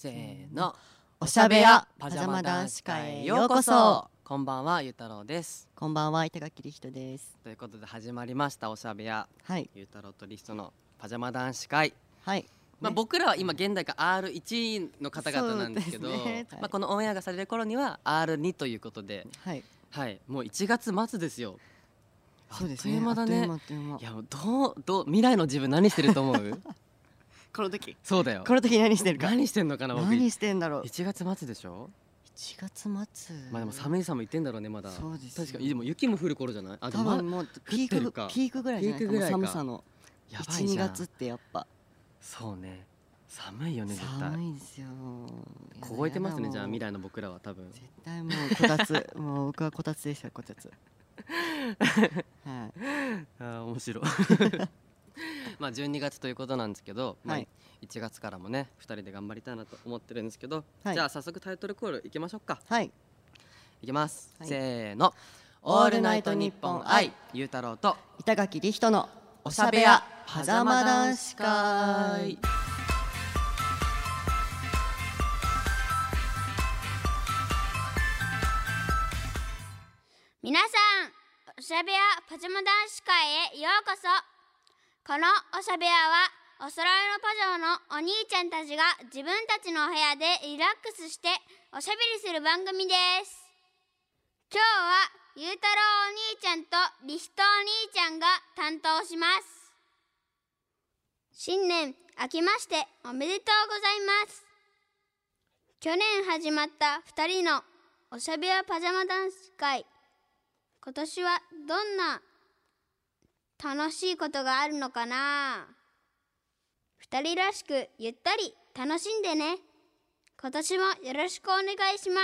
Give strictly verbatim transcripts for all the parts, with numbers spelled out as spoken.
せーの、 おしゃべやパジャマ男子会へようこそ。 こんばんは、ゆうたろうです。 こんばんは、板垣りひとです。 ということで始まりましたおしゃべや、 はい、 ゆうたろうとリストのパジャマ男子会。 はい、 まあ、 ね、 僕らは今現代が アールワン の方々なんですけど、 そうですね、はい、 まあ、このオンエアがされる頃には アールツー ということで、 はい、 はい、もういちがつ末ですよ。 そうですね、 あっという間だね。 あっという間、あっという間。 いやもうどうどう未来の自分何してると思う？ この時そうだよ。 この時何してるか。 何してんのかな僕。 何してんだろう。 いちがつ末でしょ。 いちがつ末。 まあでも寒い寒い言ってんだろうねまだ。 そうです。 確かにでも雪も降る頃じゃない？あでも多分もうピークピークぐらいじゃないですか。寒さのやばいじゃん。 いち、にがつってやっぱそうね。寒いよね絶対。 寒いですよ。 凍えてますねじゃあ未来の僕らは多分。 絶対もうこたつもう僕はこたつでしたこたつ。はい。 あ面白い。まあじゅうにがつということなんですけど、まあ、いちがつからもねふたりで頑張りたいなと思ってるんですけど、はい、じゃあ早速タイトルコールいきましょうか。 はいいきます、はい、せーのオールナイトニッポン愛ゆうたろうと板垣りひとのおしゃべやパジャマ男子会。 皆さんおしゃべやパジャマ男子会へようこそ。このおしゃべやはお揃いのパジャマのお兄ちゃんたちが自分たちのお部屋でリラックスしておしゃべりする番組です。今日はゆうたろうお兄ちゃんとりひとお兄ちゃんが担当します。新年明けましておめでとうございます。去年始まったふたりのおしゃべやパジャマ男子会、今年はどんな楽しいことがあるのかな。二人らしくゆったり楽しんでね。今年もよろしくお願いします。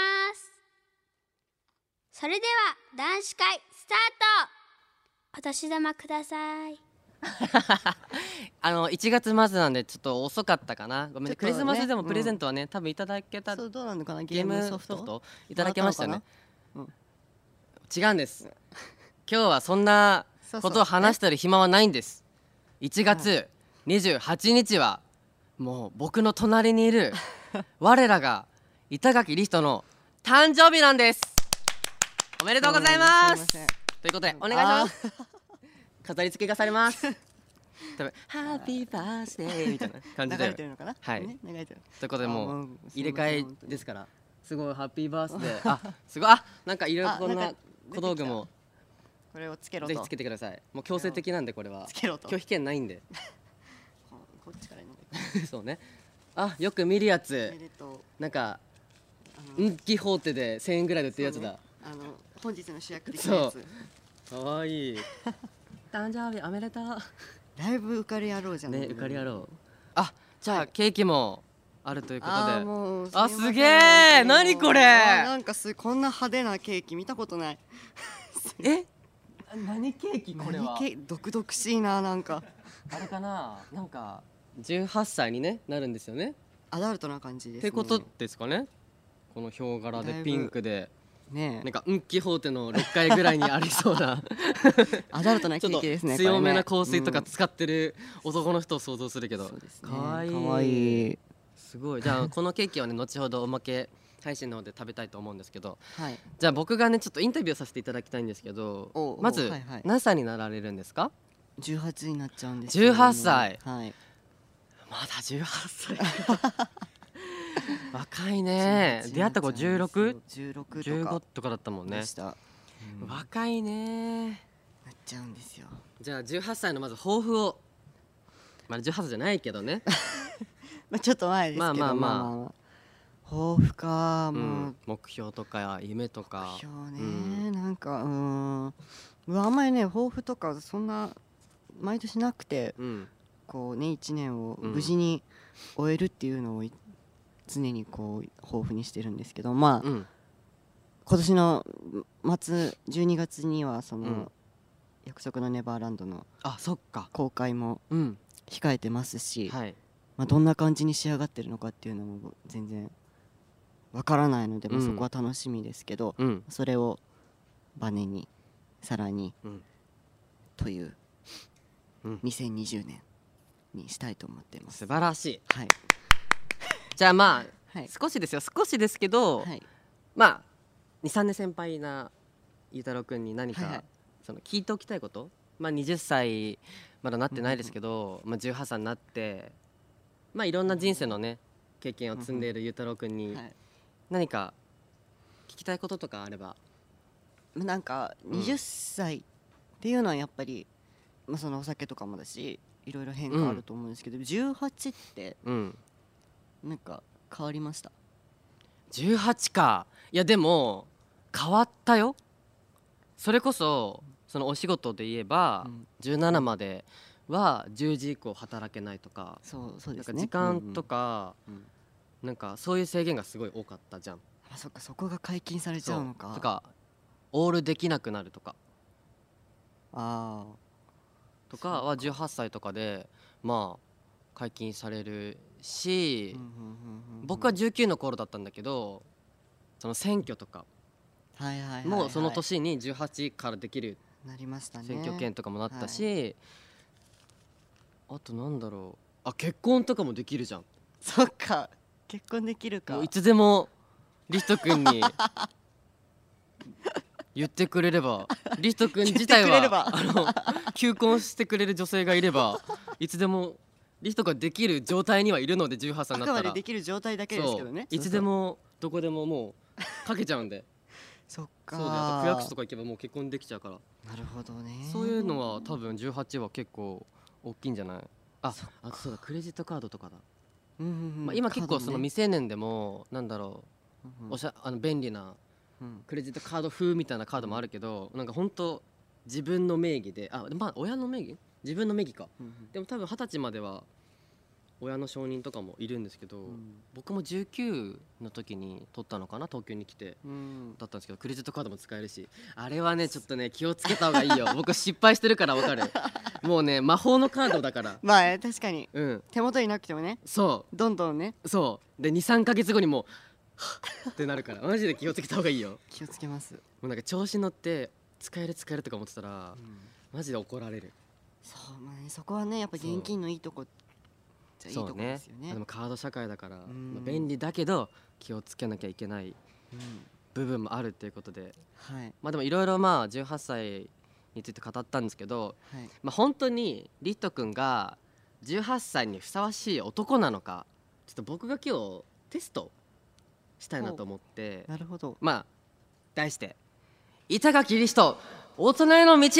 それでは男子会スタート。お年玉ください。 あのいちがつ末なんでちょっと遅かったかな。ごめんね。クリスマスでもプレゼントはね、 うん、 多分いただけた。 そうどうなのかな。 ゲームソフトいただけましたね。 うん、 違うんです。今日はそんなことを話してる暇はないんです。いちがつにじゅうはちにちはもう僕の隣にいる我らが板垣りひとの誕生日なんです。おめでとうございます。ということでお願いします。飾り付けがされます。多分ハッピーバースデーみたいな感じで流れてるのかな。 はい、 ね、流れてる。 ということでもう入れ替えですから、すごいハッピーバースデー。あすごい、あなんかいろいろこんな小道具もこれをつけろと。 ぜひつけてください。もう強制的なんでこれはつけろと。 拒否権ないんで。 こっちからね。 そうね。あよく見るやつ。なんかンキホーテでせんえんぐらいで売ってるやつだ。 あの本日の主役的なやつ。 かわいい。誕生日おめでとう。 だいぶ浮かれ野郎じゃんね。浮かれ野郎。あじゃあケーキもあるということで。 あもうあすげえ。何これ。 なんかすこんな派手なケーキ見たことない。 え何ケーキこれは。 何ケ独々しいな。なんかあれかな。なんかじゅうはっさいに、ね、なるんですよね。 アダルトな感じですね。 ってことですかね。このヒョウ柄でピンクで。ね、なんかウンキホーテのろっかいぐらいにありそうなアダルトなケーキですね。 強めな香水とか使ってる男の人を想像するけど、かわいい。かわいい。すごい。じゃあこのケーキはね後ほどおまけ配信の方で食べたいと思うんですけど、はい、じゃあ僕がねちょっとインタビューさせていただきたいんですけど、まず、はいはい、何歳になられるんですか？ じゅうはちになっちゃうんですよ。じゅうはっさい。 はい。 まだじゅうはっさい。若いね。出会った子じゅうろく？ じゅうろくじゅうごとかだったもんね。うん、若いね。 なっちゃうんですよ。 じゃあじゅうはっさいのまず抱負を。まあじゅうはっさいじゃないけどね。 まあちょっと前ですけど。まあまあまあ。まあ抱負か、もう、うん、 目標とか夢とか。 目標ね、うん、なんかうんあんまりね抱負とかそんな毎年なくて、うん、こうねいちねんを無事に終えるっていうのを常にこう抱負にしてるんですけど、まあ、うん、今年の末じゅうにがつにはその、うん、約束のネバーランドの公開も控えてますし、はい、まあ、どんな感じに仕上がってるのかっていうのも全然わからないので、うん、まあ、そこは楽しみですけど、うん、それをバネにさらに、うん、という、うん、にせんにじゅうねんにしたいと思っています。 素晴らしい。 はい、 じゃあまあはい、 少しですよ少しですけど、はい、まあにさんねん先輩なゆうたろうくんに何か、はいはい、その聞いておきたいこと、まあ、はたちまだなってないですけど、うん、まあ、じゅうはっさいになって、まあ、いろんな人生のね経験を積んでいるゆうたろうくんに何か聞きたいこととかあれば。 なんかはたちっていうのはやっぱり、まあ、そのお酒とかもだしいろいろ変化あると思うんですけど、うん、じゅうはちってなんか変わりました？ じゅうはちか。いやでも変わったよ。それこそそのお仕事で言えば、うん、じゅうななまではじゅうじ以降働けないとか、 そうそうですね、 なんか時間とか、うんうん、なんかそういう制限がすごい多かったじゃん。 あ、そっか、そこが解禁されちゃうのか。 とかオールできなくなるとかあとかはじゅうはっさいとかでまあ解禁されるし、僕はじゅうきゅうの頃だったんだけど、その選挙とかもうその年にじゅうはちからできる選挙権とかもなったし、あとなんだろう、あ、結婚とかもできるじゃん。 そっか、結婚できるか。 もういつでもリヒト君に言ってくれれば、リヒト君自体はあの求婚してくれる女性がいればいつでもリヒトができる状態にはいるので、じゅうはっさいになったらあくまでできる状態だけですけどね。 いつでもどこでももうかけちゃうんでそっか。 そうだよ、あと区役所とか行けばもう結婚できちゃうから。 なるほどね。 そういうのは多分じゅうはちは結構大きいんじゃない？あ、あとそうだ、クレジットカードとかだ。うんうんうん、まあ、今結構その未成年でもなんだろう、うんうん、おしゃあの便利なクレジットカード風みたいなカードもあるけど、なんか本当自分の名義で、あ、まあ親の名義、自分の名義か、うんうん、でも多分はたちまでは親の承認とかもいるんですけど、うん、僕もじゅうきゅうの時に取ったのかな、東京に来て、うん、だったんですけど、クレジットカードも使えるし、あれはねちょっとね気をつけた方がいいよ僕失敗してるから分かるもうね魔法のカードだからまあ確かに、 うん、 手元になくてもね、 そうどんどんね、 そうで にさんかげつごにもうってなるからマジで気をつけた方がいいよ。 気をつけます。もうなんか調子乗って使える使えるとか思ってたら、うん、マジで怒られる。 そう、まあね、そこはねやっぱ現金のいいとこじゃいいとこですよ ね, ね。 でもカード社会だから、うん、まあ、便利だけど気をつけなきゃいけない部分もあるっていうことで、はい、まあでもいろいろまあじゅうはっさいについて語ったんですけど、はい、まあ本当にリヒト君がじゅうはっさいにふさわしい男なのか、ちょっと僕が今日テストしたいなと思って、 なるほど、 まあ題して板垣リヒト大人への道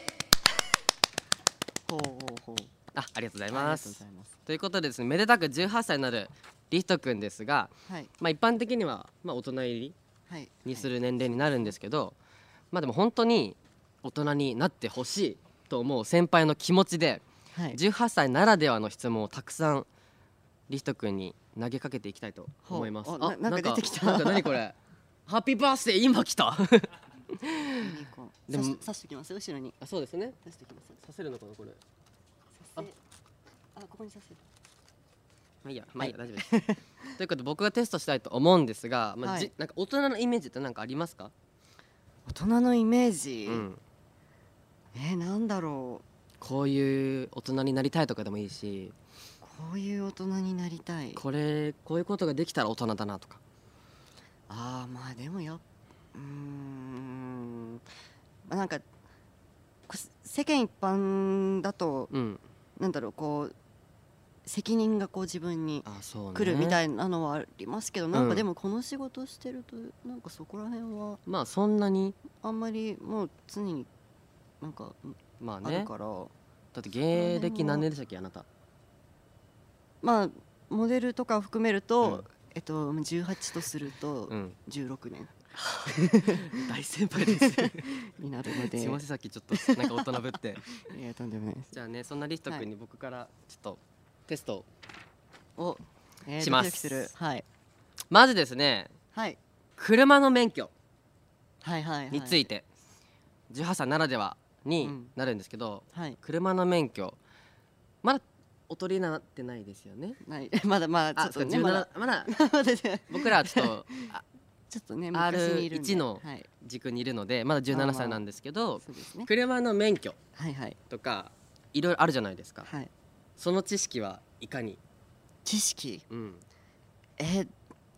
ほうほうほう、 あ、ありがとうございます。ということでですね、めでたくじゅうはっさいになるリヒト君ですが、はい、まあ一般的にはまあ大人入りにする年齢になるんですけど、はいはい、まあでも本当に大人になってほしいと思う先輩の気持ちで、はい、じゅうはっさいならではの質問をたくさんリヒト君に投げかけていきたいと思います。 あ、な, なんか出てきた。 なんか何これハッピーバースデー今来たでも刺してきますよ後ろに。 あ、そうですね。 刺してきます。 刺せるのかなこれ。 あ, あここに刺せる。 まあいいや、まあいいや、はい、大丈夫ですということで僕がテストしたいと思うんですが、まあ、はい、じなんか大人のイメージって何かありますか？ 大人のイメージ、うん、えー、なんだろう。 こういう大人になりたいとかでもいいし、 こういう大人になりたい、 これこういうことができたら大人だなとか。 ああ、まあでもやうーんなんか世間一般だと、うん、なんだろう、こう責任がこう自分に来るみたいなのはありますけど、なんかでもこの仕事してるとなんかそこら辺はまあそんなにあんまりもう常になんかまあね、 あるから。 だって芸歴何年でしたっけあなた？ まあモデルとかを含めると、うん、えっとじゅうはちとするとじゅうろくねん、うん、 大先輩ですになるので、 すいませんさっきちょっとなんか大人ぶっていやとんでもないです。 じゃあね、そんなリヒト君に僕からちょっとテストをします、 えー、ドキドキする。はい、 まずですね、はい、車の免許についてじゅうはっさいならではになるんですけど、うん、はい、車の免許まだお取りになってないですよね。 ないまだまだちょっとね、まだまだ僕らはちょっとちょっとねアールいち の軸にいるのでまだじゅうななさいなんですけど、そうですね、車の免許とかいろいろあるじゃないですか、はい、その知識はいかに？ 知識、 うん、 えー、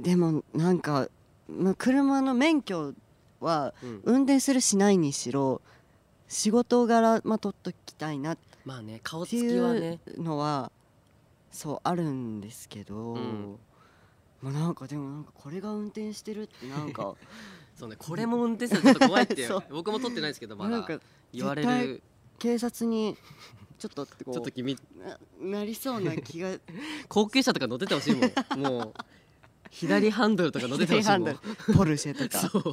でもなんか、まあ、車の免許は運転するしないにしろ仕事柄、まあ、取っときたいなってまあね、顔つってきはね、 いうのはそうあるんですけど、 うん、 もうなんかでもなんかこれが運転してるってなんかそうね、これも運転するとちょっと怖いってそう僕も取ってないですけどまだなんか言われ絶る。 警察にちょっとってこうちょっと君な、なりそうな気が高級車とか乗っててほしいもんもう左ハンドルとか乗っててほしいもんポルシェとかそう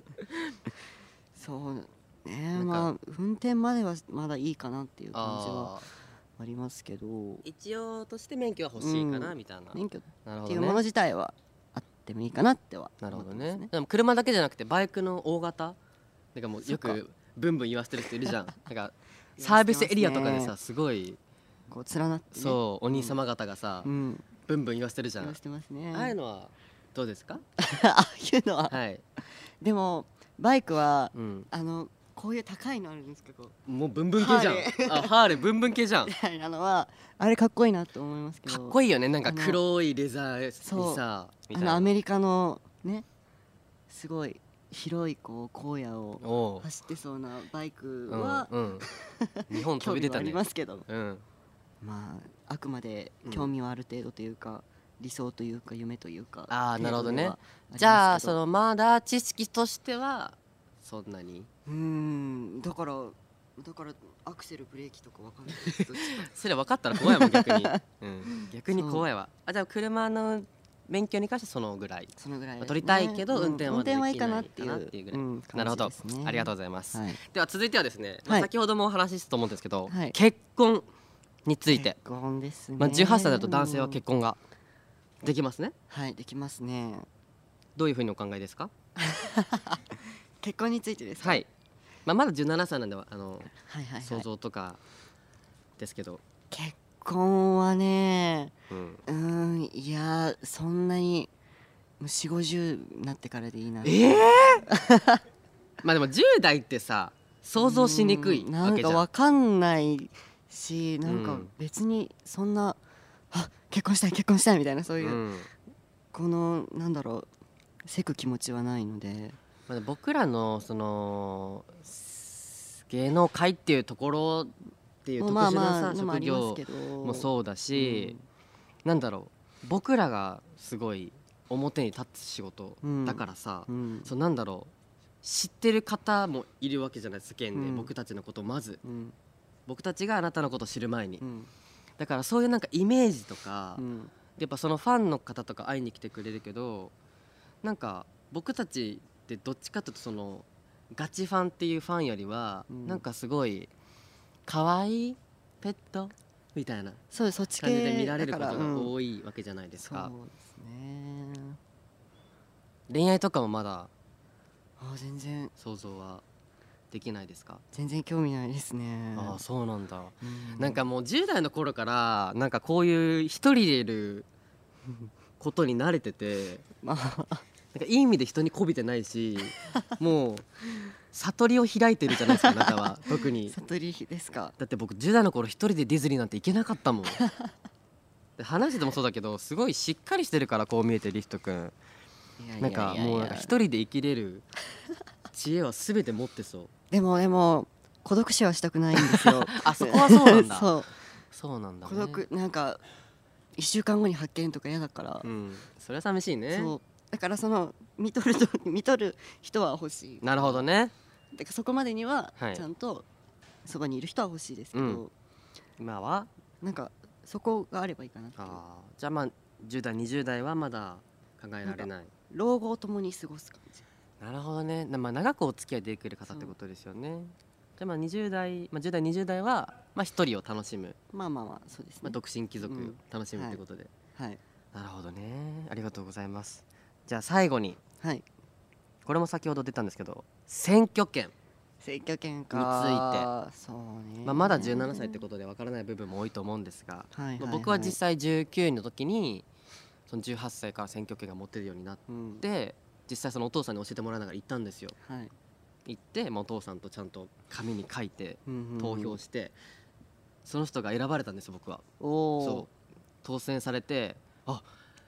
そうね、 なんかまあ運転まではまだいいかなっていう感じはあありますけど、 一応として免許は欲しいかな、 うんみたいな。 免許っなるほどていうものね。 自体はあってもいいかなってはなるほど思ってますね。でも車だけじゃなくてバイクの大型なんかもうよそっくブンブン言わせてる人いるじゃん。なんかサービスエリアとかでさすごいこう連なってね、 そうお兄様方がさ、 うん、 ブンブン言わせてるじゃん。 言わせてますね。 ああいうのはどうですか？ ああいうのは、 はい。 でもバイクは、 うん。 あのこういう高いのあるんですけど、 もうブンブン系じゃん。 ハーレあハーレーブンブン系じゃん。 みたいなのはあれかっこいいなと思いますけど、 かっこいいよね。なんかあの黒いレザーにそうさみあたいな。 のアメリカのねすごい広いこう荒野をおう走ってそうなバイクうんは、 うん。日本飛び出たね興味はあり。ますけど、 うん。 まああくまで興味はある程度というか、理想というか夢というか、 あーなるほどね程度ではりますけどじゃあそのまだ知識としてはそんなに。 うーんだからだからアクセルブレーキとかわかんないですどっちかそれ分かったら怖いもん逆に、うん、逆に怖いわ。あじゃあ車の免許に関してそのぐらい、 そのぐらいですね、 取りたいけど運転は運転はいいできないかなっていうかなっていうぐらい、 うんなるほど、 感じですねありがとうございます、 はい、 では続いてはですね、まあはい先ほどもお話ししたと思うんですけど、 はい結婚について、 結婚ですね、 まあ、じゅうはっさいだと男性は結婚ができますね。 はいできますね。 どういうふうにお考えですか？ 結婚についてですか？ はい、まあ、まだじゅうななさいなんであの、 はいはいはい、 想像とかですけど、 結婚はねうん、 うーんいやそんなにもうよんじゅうごじゅうになってからでいいな。 ええー、まあでもじゅう代ってさ想像しにくいうんなんかわけじゃん。 わかんないしなんかうん別にそんな、あ結婚したい結婚したいみたいなそういう、 うんこのなんだろうせく気持ちはないので、 まあ、僕らのその芸能界っていうところっていう特殊なさのもあ職業りますけどもそうだし、なんだろう僕らがすごい表に立つ仕事うんだからさ、 うんうんそうなんだろう知ってる方もいるわけじゃない世間で、 うん僕たちのことをまずうん僕たちがあなたのことを知る前に、 うんだからそういうなんかイメージとか、 うんやっぱそのファンの方とか会いに来てくれるけどなんか僕たちってどっちかというとそのガチファンっていうファンよりは、 うんなんかすごい可愛いペットみたいなそうそっち系感じで見られることがだからうん多いわけじゃないですか、 そうですね。 恋愛とかもまだあ全然想像はできないですか？ 全然興味ないですね。 ああそうなんだ、 うんなんかもうじゅう代の頃からなんかこういう一人でいることに慣れててまあなんかいい意味で人に媚びてないしもう悟りを開いてるじゃないですかあなたは特に。 悟りですか。 だって僕じゅう代の頃一人でディズニーなんて行けなかったもんで話しててもそうだけどすごいしっかりしてるからこう見えてリヒト君いやいなんかやいやいやもうなんか一人で生きれる知恵は全て持ってそうでもでも孤独死はしたくないんですよ。 あそこはそうなんだそうそうなんだね孤独なんかいっしゅうかんごに発見とか嫌だから、 うんそれは寂しいね。 そうだからその見とると見とる人は欲しい。 なるほどね。 だからそこまでにははいちゃんとそばにいる人は欲しいですけど、 うん今はなんかそこがあればいいかなっていう。 あーじゃあまあじゅう代にじゅう代はまだ考えられない。 老後を共に過ごす感じ。 なるほどね。なまあ長くお付き合いできる方ってことですよね。じゃあまあにじゅう代、まあ、じゅう代にじゅう代はまあ一人を楽しむ、 まあまあまあそうですね。 まあ、独身貴族うん楽しむってことで、 はいなるほどね。ありがとうございます。じゃあ最後にはい。 これも先ほど出たんですけど選挙権、 選挙権か。 についてそうね。 まあ、まだじゅうななさいってことでわからない部分も多いと思うんですが、 はいはいはいまあ、僕は実際じゅうきゅうの時にそのじゅうはっさいから選挙権が持てるようになっうんて実際そのお父さんに教えてもらいながら行ったんですよ。 はい。 行って、まあ、お父さんとちゃんと紙に書いてうんうんうん投票してその人が選ばれたんですよ僕は。 おお。 そう当選されてあ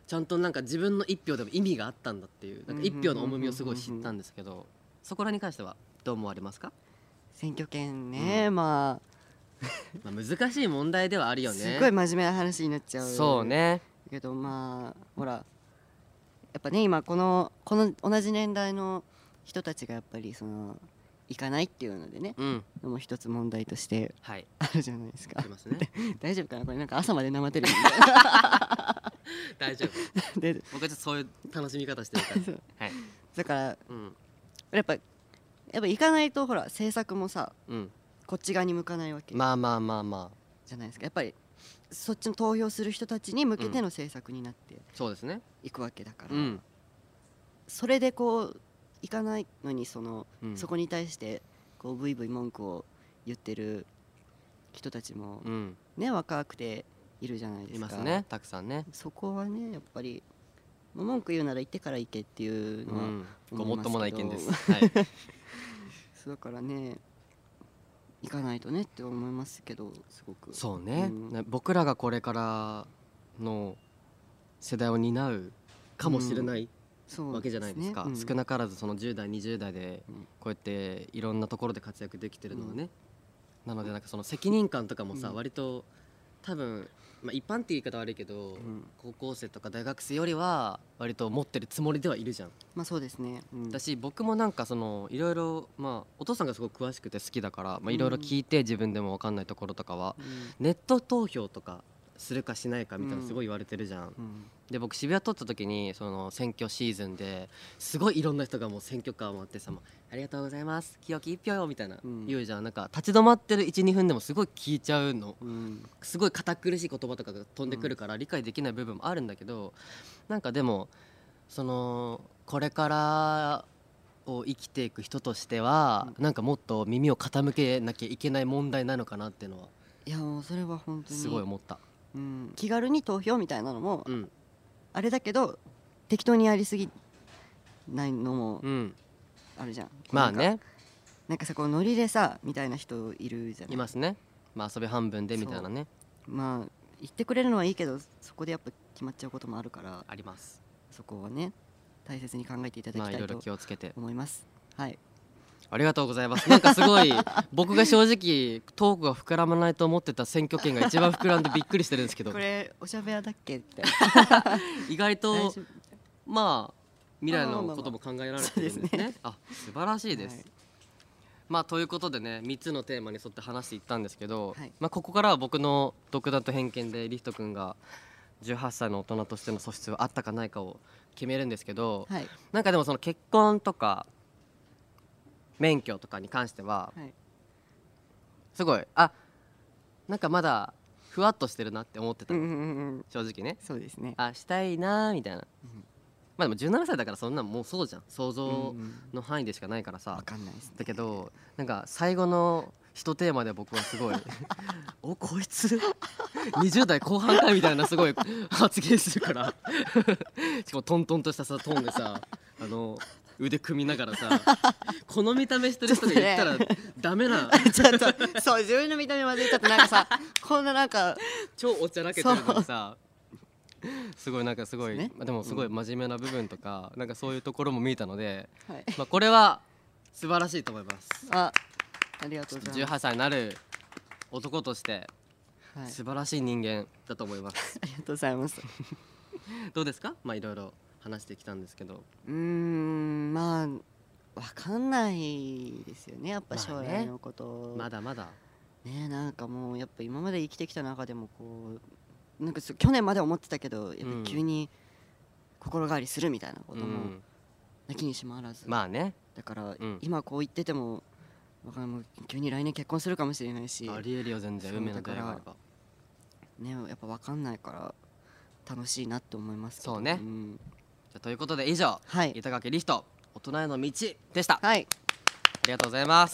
ちゃんとなんか自分の一票でも意味があったんだっていうなんか一票の重みをすごい知ったんですけど、そこらに関してはどう思われますか？ 選挙権ね、 うん、 まあまあ難しい問題ではあるよね。 すごい真面目な話になっちゃう。 そうね。 けどまあほらやっぱね今このこの同じ年代の人たちがやっぱりその行かないっていうのでね、 うん、 でも一つ問題としてはいあるじゃないですか。 ありますね。 大丈夫かなこれなんか朝まで生テレビみたいな大丈夫。 で僕はちょっとそういう楽しみ方してるからそうはい、 だからうんやっぱやっぱ行かないとほら政策もさうん、 こっち側に向かないわけまあまあまあまあじゃないですか。やっぱりそっちの投票する人たちに向けての政策になってそうですね。 いくわけだから、 うん、 それでこう行かないのにその、 うん、 そこに対してこうブイブイ文句を言ってる人たちもうん、 ね若くているじゃないですか。 いますね、たくさんね。 そこはねやっぱり文句言うなら言ってから行けっていうのはうん、ご思いますけどもっともな意見です。はい。 そうだからね行かないとねって思いますけどすごくそうね、 うんね僕らがこれからの世代を担うかもしれない、 そうわけじゃないですか。 ねうん少なからずそのじゅう代にじゅう代でうんこうやっていろんなところで活躍できてるのはね、なのでなんかその責任感とかもさ、 うん割と多分、まあ、一般っていう言い方悪いけど、 うん高校生とか大学生よりは割と持ってるつもりではいるじゃん。 まあそうですね、うんだし僕もなんかそのいろいろまあお父さんがすごく詳しくて好きだからまあいろいろ聞いて自分でも分かんないところとかはうんネット投票とかするかしないかみたいなすごい言われてるじゃん。 うんで僕渋谷通った時にその選挙シーズンですごいいろんな人がもう選挙カー回ってさもうありがとうございます清き一票よみたいなうん言うじゃん。なんか立ち止まってる いちにふんでもすごい聞いちゃうの。 うんすごい堅苦しい言葉とかが飛んでくるから理解できない部分もあるんだけど、なんかでもそのこれからを生きていく人としてはなんかもっと耳を傾けなきゃいけない問題なのかなっていうのはいやもうそれは本当にすごい思った。 うん気軽に投票みたいなのもうんあれだけど適当にやりすぎないのもうんあるじゃん。 まあねなんかなんかさこうノリでさみたいな人いるじゃない。 いますね。まあ遊び半分でみたいなねまあ言ってくれるのはいいけどそこでやっぱ決まっちゃうこともあるからあります。 そこはね大切に考えていただまあいろいろきたいと気をつけて思います。はいありがとうございます。なんかすごい僕が正直トークが膨らまないと思ってた選挙権が一番膨らんでびっくりしてるんですけどこれおしゃべやだっけって意外と大丈夫まあ未来のことも考えられてるんですね。 まあまあまあそうですねあ素晴らしいです。 はいまあということでねみっつのテーマに沿って話していったんですけど、 はいまあここからは僕の独断と偏見でリヒト君がじゅうはっさいの大人としての素質はあったかないかを決めるんですけど、 はいなんかでもその結婚とか免許とかに関してははいすごいあなんかまだふわっとしてるなって思ってたの、 うんうんうん正直ね。 そうですね。 あしたいなーみたいな、 うんまあでもじゅうななさいだからそんなんもうそうじゃん想うん像うんの範囲でしかないからさ、 わかんないですね。 だけどなんか最後の一テーマで僕はすごいおこいつにじゅう代後半かみたいなすごい発言するからしかもトントンとしたさトーンでさあの腕組みながらさこの見た目してる人が言ったらダメなちょっとそう自分の見た目までちょっとなんかさこんななんか超おちゃらけてるのにさすごいなんかすごい、 ねまあでもすごい真面目な部分とか、なんかそういうところも見えたので、 はいまあ、これは素晴らしいと思います。 あありがとうございます。 じゅうはっさいになる男としてはい素晴らしい人間だと思います。 ありがとうございます。 どうですか？まあいろいろ話してきたんですけど、 うーんまあわかんないですよねやっぱまあね将来のこと、 まだまだねなんかもうやっぱ今まで生きてきた中でもこうなんかそう去年まで思ってたけどやっうんぱ急に心変わりするみたいなこともうん、 なきにしもあらず、 まあねだから、 ん今こう言っててもわかんないもう急に来年結婚するかもしれないしありえるよ全然そう運命の出会いがあれだば。 ねやっぱわかんないから楽しいなって思いますけどそうねんじゃあということで以上、 はい板垣リヒト大人への道でした。 はいありがとうございます。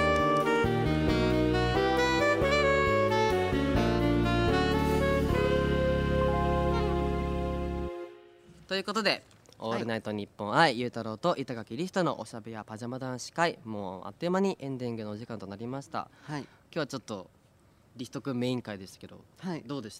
ということで「オールナイトニッポン愛」ゆうたろうと板垣リヒトのおしゃべやパジャマ男子会、もうあっという間にエンディングのお時間となりました。 はい今日はちょっとリヒト君メイン会でしたけどはいどうでした？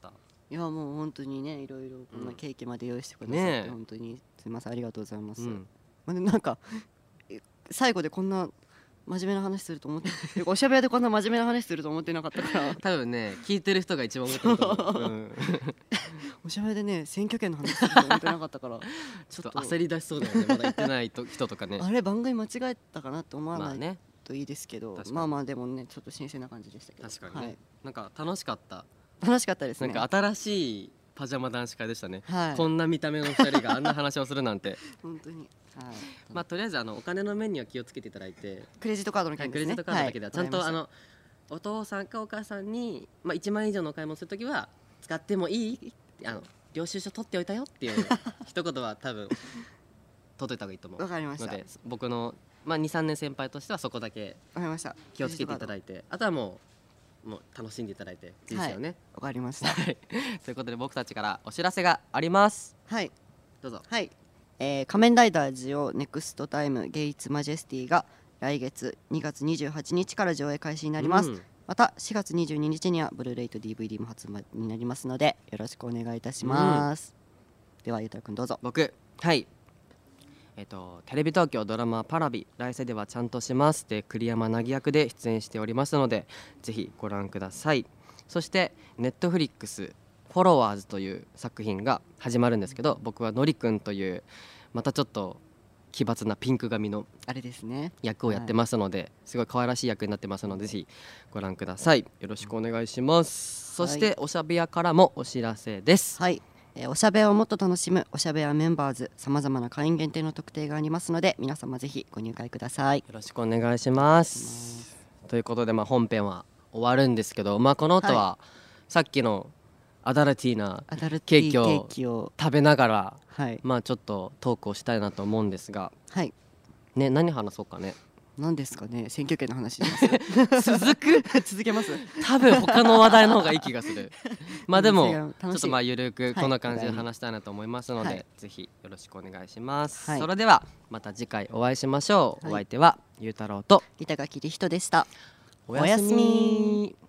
いやもう本当にねいろいろこんなケーキまで用意してくださって、 ねえ本当にすみませんありがとうございます、 うんまあ、でなんかえ最後でこんな真面目な話すると思っておしゃべりでこんな真面目な話すると思ってなかったから多分ね聞いてる人が一番思ってると思う、うん、 おしゃべりでね選挙権の話すると思ってなかったからちょっと焦り出しそうだよねまだ言ってないと人とかねあれ番組間違えたかなって思わないまあねといいですけど、 確かにまあまあでもねちょっと新鮮な感じでしたけど確かにね、 はい、 なんか楽しかった楽しかったですね。 なんか新しいパジャマ男子会でしたね、 はい、 こんな見た目のふたりがあんな話をするなんて本当に、はい、 まあとりあえずあのお金の面には気をつけていただいてクレジットカードの件ですね、 クレジットカードだけではちゃんと、 はい、 あのお父さんかお母さんに、まあ、いちまん円以上のお買い物するときは使ってもいいってあの領収書取っておいたよっていう一言は多分取っといた方がいいと思うわかりましたので僕の、まあ、にさんねん先輩としてはそこだけわかりました気をつけていただいてあとはもうもう楽しんでいただいて人生をね、 はい、わかりましたということで僕たちからお知らせがありますはいどうぞはい、えー、仮面ライダージオネクストタイムゲイツマジェスティが来月にがつにじゅうはちにちから上映開始になります、うん、またしがつにじゅうににちにはブルーレイと ディーブイディー も発売になりますのでよろしくお願いいたします、うん、ではゆうたくんどうぞ。 僕はいえっと、テレビ東京ドラマパラビ来世ではちゃんとしますで栗山凪役で出演しておりますのでぜひご覧ください。そしてネットフリックスフォロワーズという作品が始まるんですけど僕はのりくんというまたちょっと奇抜なピンク髪のあれですね役をやってますので、はい、すごい可愛らしい役になってますのでぜひご覧ください。よろしくお願いします、うん、そしておしゃべやからもお知らせです。 はい、えー、おしゃべやをもっと楽しむおしゃべやメンバーズさまざまな会員限定の特典がありますので皆様ぜひご入会ください。よろしくお願いしますということで、まあ、本編は終わるんですけど、まあ、この後は、はい、さっきのアダルティーなケーキを食べながら、はい、まあちょっとトークをしたいなと思うんですが、 はいね、何話そうかね。 何ですかね、選挙権の話します続く続けます多分他の話題の方がいい気がするまあでもちょっとまあゆるくこんな感じで話したいなと思いますので、はい、ぜひよろしくお願いします、はい、それではまた次回お会いしましょう、はい、お相手はゆうたろうと板垣理人でした。 おやすみ。